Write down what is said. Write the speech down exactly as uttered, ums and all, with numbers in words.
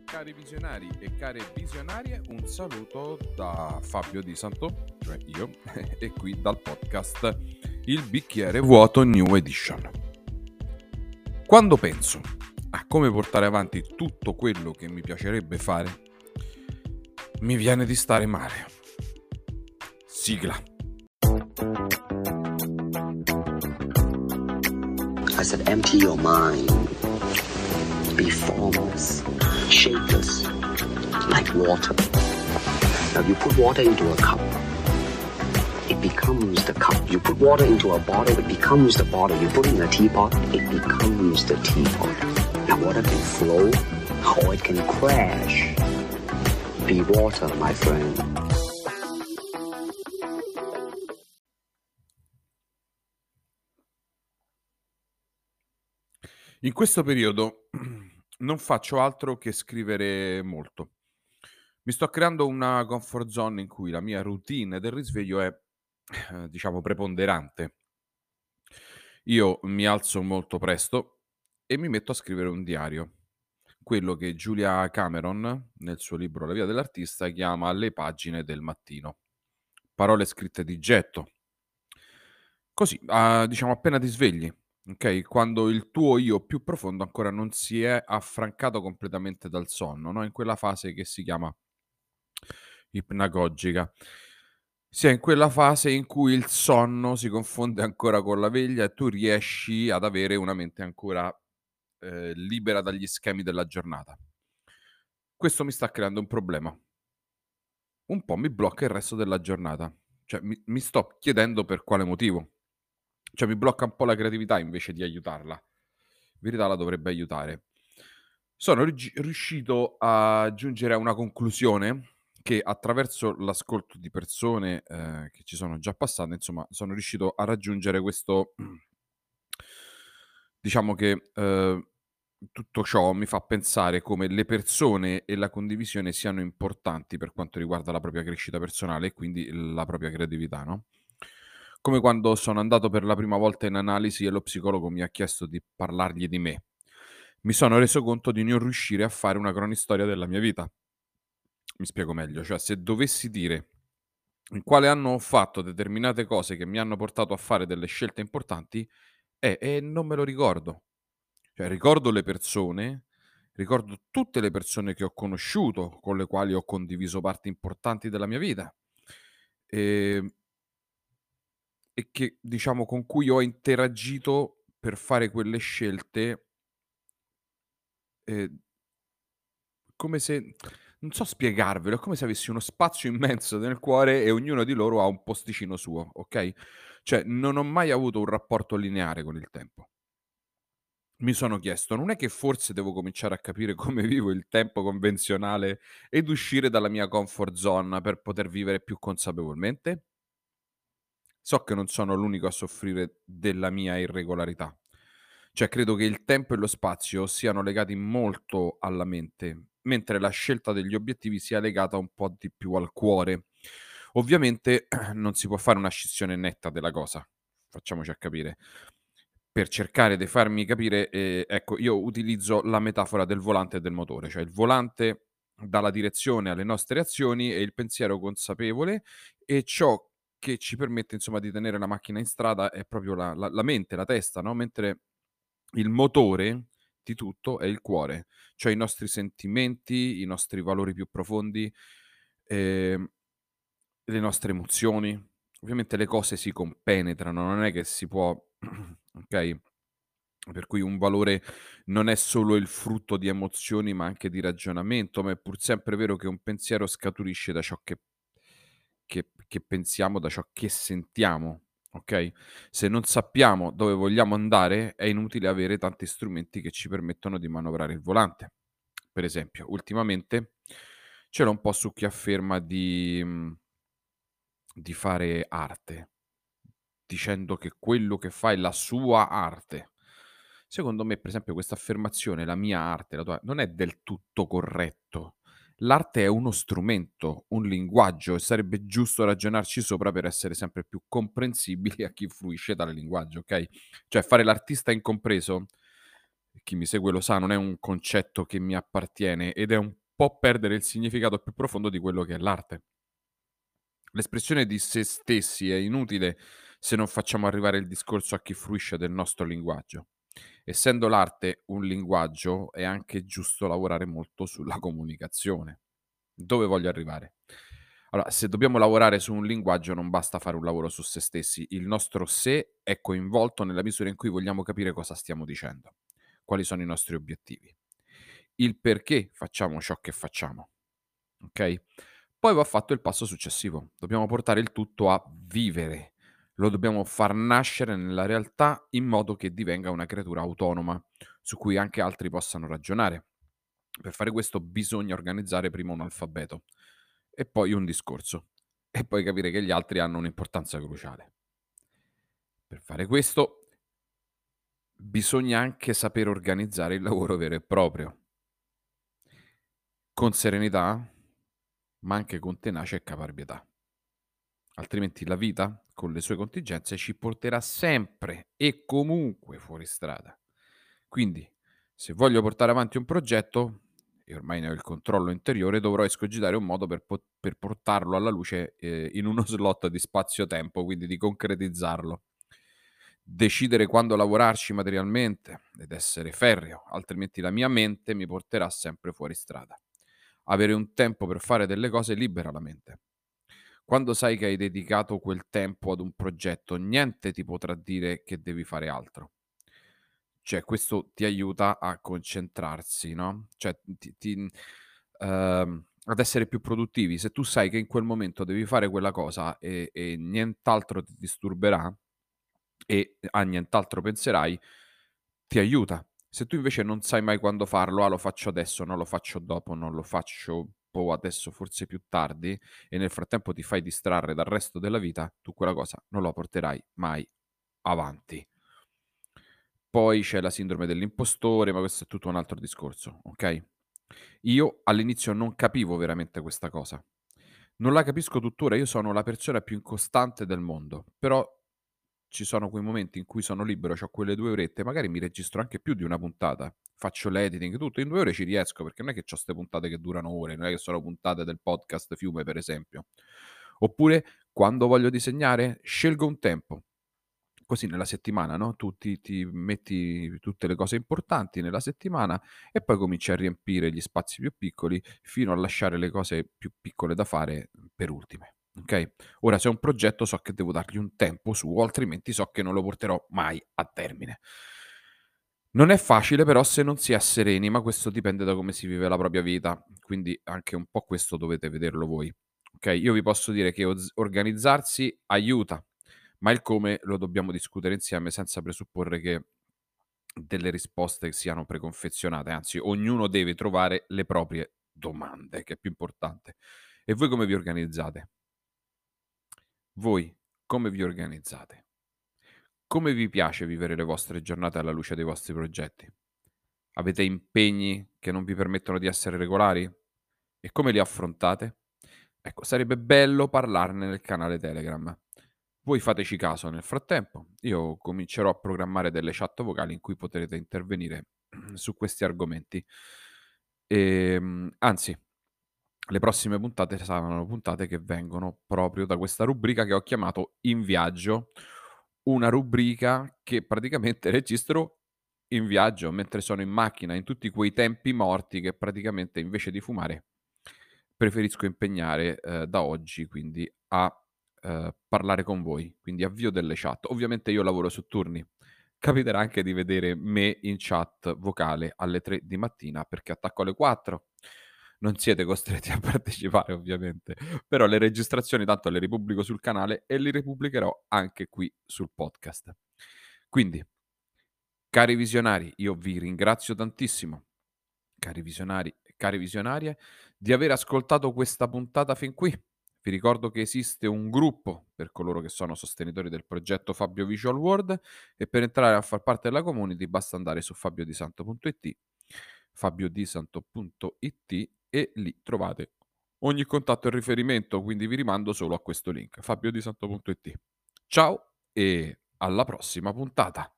Cari visionari e care visionarie, un saluto da Fabio Di Santo, cioè io, e qui dal podcast Il Bicchiere Vuoto New Edition. Quando penso a come portare avanti tutto quello che mi piacerebbe fare, mi viene di stare male. Sigla. I said, empty your mind. Be formless, shapeless, like water. Now you put water into a cup, it becomes the cup. You put water into a bottle, it becomes the bottle. You put it in a teapot, it becomes the teapot. Now water can flow or it can crash. Be water, my friend. In questo periodo non faccio altro che scrivere molto. Mi sto creando una comfort zone in cui la mia routine del risveglio è, eh, diciamo, preponderante. Io mi alzo molto presto e mi metto a scrivere un diario, quello che Julia Cameron, nel suo libro La via dell'artista, chiama le pagine del mattino. Parole scritte di getto. Così, ah, diciamo appena ti svegli, okay, quando il tuo io più profondo ancora non si è affrancato completamente dal sonno, no, in quella fase che si chiama ipnagogica. Si è in quella fase in cui il sonno si confonde ancora con la veglia e tu riesci ad avere una mente ancora, ehm, libera dagli schemi della giornata. Questo mi sta creando un problema. Un po' mi blocca il resto della giornata. Cioè mi mi sto chiedendo per quale motivo. Cioè mi blocca un po' la creatività invece di aiutarla. In verità la dovrebbe aiutare. Sono riggi riuscito a giungere a una conclusione che attraverso l'ascolto di persone, ehm, che ci sono già passate, insomma, sono riuscito a raggiungere questo diciamo che, uhm, tutto ciò mi fa pensare come le persone e la condivisione siano importanti per quanto riguarda la propria crescita personale e quindi la propria creatività, no, come quando sono andato per la prima volta in analisi e lo psicologo mi ha chiesto di parlargli di me. Mi sono reso conto di non riuscire a fare una cronistoria della mia vita. Mi spiego meglio, cioè se dovessi dire in quale anno ho fatto determinate cose che mi hanno portato a fare delle scelte importanti, eh, e non me lo ricordo. Cioè ricordo le persone, ricordo tutte le persone che ho conosciuto, con le quali ho condiviso parti importanti della mia vita, ehm, e che diciamo con cui ho interagito per fare quelle scelte, ehm come se non so spiegarvelo, è come se avessi uno spazio immenso nel cuore e ognuno di loro ha un posticino suo, okay, cioè non ho mai avuto un rapporto lineare con il tempo. Mi sono chiesto: "Non è che forse devo cominciare a capire come vivo il tempo convenzionale ed uscire dalla mia comfort zone per poter vivere più consapevolmente?" So che non sono l'unico a soffrire della mia irregolarità. Cioè credo che il tempo e lo spazio siano legati molto alla mente, mentre la scelta degli obiettivi sia legata un po' di più al cuore. Ovviamente non si può fare una scissione netta della cosa, facciamoci a capire. Per cercare di farmi capire, ehm, ecco, io utilizzo la metafora del volante e del motore, cioè il volante dà la direzione alle nostre azioni e il pensiero consapevole e ciò che ci permette insomma di tenere la macchina in strada è proprio la la la mente, la testa, no, mentre il motore di tutto è il cuore, cioè i nostri sentimenti, i nostri valori più profondi, ehm, le nostre emozioni. Ovviamente le cose si compenetrano, non è che si può okay, per cui un valore non è solo il frutto di emozioni, ma anche di ragionamento, ma è pur sempre vero che un pensiero scaturisce da ciò che che che pensiamo, da ciò che sentiamo, okay, se non sappiamo dove vogliamo andare, è inutile avere tanti strumenti che ci permettono di manovrare il volante. Per esempio, ultimamente ce l'ho un po' su chi afferma di mhmm, di fare arte, dicendo che quello che fa è la sua arte. Secondo me, per esempio, questa affermazione, la mia arte, la tua non è del tutto corretto. L'arte è uno strumento, un linguaggio e sarebbe giusto ragionarci sopra per essere sempre più comprensibili a chi fruisce tale linguaggio, okay, cioè fare l'artista incompreso chi mi segue lo sa, non è un concetto che mi appartiene ed è un po' perdere il significato più profondo di quello che è l'arte. L'espressione di se stessi è inutile se non facciamo arrivare il discorso a chi fruisce del nostro linguaggio. Essendo l'arte un linguaggio, è anche giusto lavorare molto sulla comunicazione. Dove voglio arrivare? Allora, se dobbiamo lavorare su un linguaggio non basta fare un lavoro su se stessi, il nostro sé è coinvolto nella misura in cui vogliamo capire cosa stiamo dicendo, quali sono i nostri obiettivi, il perché facciamo ciò che facciamo, okay? Poi va fatto il passo successivo, dobbiamo portare il tutto a vivere, lo dobbiamo far nascere nella realtà in modo che divenga una creatura autonoma, su cui anche altri possano ragionare. Per fare questo bisogna organizzare prima un alfabeto e poi un discorso e poi capire che gli altri hanno un'importanza cruciale. Per fare questo bisogna anche saper organizzare il lavoro vero e proprio, con serenità, ma anche con tenacia e caparbietà. Altrimenti la vita, con le sue contingenze, ci porterà sempre e comunque fuori strada. Quindi, se voglio portare avanti un progetto, e ormai ne ho il controllo interiore, dovrò escogitare un modo per, po- per portarlo alla luce eh, in uno slot di spazio-tempo, quindi di concretizzarlo. Decidere quando lavorarci materialmente ed essere ferreo, altrimenti la mia mente mi porterà sempre fuori strada. Avere un tempo per fare delle cose libera la mente. Quando sai che hai dedicato quel tempo ad un progetto, niente ti potrà dire che devi fare altro. Cioè, questo ti aiuta a concentrarsi, no, cioè ti ti mhmm, ehm, ad essere più produttivi. Se tu sai che in quel momento devi fare quella cosa e e nient'altro ti disturberà e a nient'altro penserai, ti aiuta. Se tu invece non sai mai quando farlo: "Ah, lo faccio adesso, no lo faccio dopo, non lo faccio boh, adesso forse più tardi", e nel frattempo ti fai distrarre dal resto della vita, tu quella cosa non la porterai mai avanti. Poi c'è la sindrome dell'impostore, ma questo è tutto un altro discorso, okay? Io all'inizio non capivo veramente questa cosa. Non la capisco tuttora, io sono la persona più incostante del mondo, però ci sono quei momenti in cui sono libero, c'ho quelle due orette, magari mi registro anche più di una puntata, faccio l'editing, tutto, in due ore ci riesco, perché non è che c'ho 'ste puntate che durano ore, non è che sono puntate del podcast Fiume, per esempio. Oppure quando voglio disegnare, scelgo un tempo. Così nella settimana, no, tu ti ti metti tutte le cose importanti nella settimana e poi cominci a riempire gli spazi più piccoli fino a lasciare le cose più piccole da fare per ultime, okay? Ora se è un progetto so che devo dargli un tempo suo, altrimenti so che non lo porterò mai a termine. Non è facile però se non si è sereni, ma questo dipende da come si vive la propria vita, quindi anche un po' questo dovete vederlo voi, okay? Io vi posso dire che oz organizzarsi aiuta, ma il come lo dobbiamo discutere insieme senza presupporre che delle risposte siano preconfezionate, anzi ognuno deve trovare le proprie domande, che è più importante. E voi come vi organizzate? Voi come vi organizzate? Come vi piace vivere le vostre giornate alla luce dei vostri progetti? Avete impegni che non vi permettono di essere regolari? E come li affrontate? Ecco, sarebbe bello parlarne nel canale Telegram. Voi fateci caso nel frattempo, io comincerò a programmare delle chat vocali in cui potrete intervenire su questi argomenti. Ehm, anzi, le prossime puntate saranno puntate che vengono proprio da questa rubrica che ho chiamato In viaggio, una rubrica che praticamente registro in viaggio, mentre sono in macchina, in tutti quei tempi morti che praticamente invece di fumare preferisco impegnare, ehm, da oggi quindi a, ehm, parlare con voi, quindi avvio delle chat. Ovviamente io lavoro su turni. Capiterà anche di vedere me in chat vocale alle tre di mattina perché attacco alle quattro. Non siete costretti a partecipare ovviamente, però le registrazioni tanto le ripubblico sul canale e le ripubblicherò anche qui sul podcast. Quindi, cari visionari, io vi ringrazio tantissimo, cari visionari e care visionarie, di aver ascoltato questa puntata fin qui. Vi ricordo che esiste un gruppo per coloro che sono sostenitori del progetto Fabio Visual World e per entrare a far parte della community basta andare su fabbiodisanto punto it, fabbiodisanto punto it e lì trovate ogni contatto e riferimento, quindi vi rimando solo a questo link, fabbiodisanto punto it. Ciao e alla prossima puntata.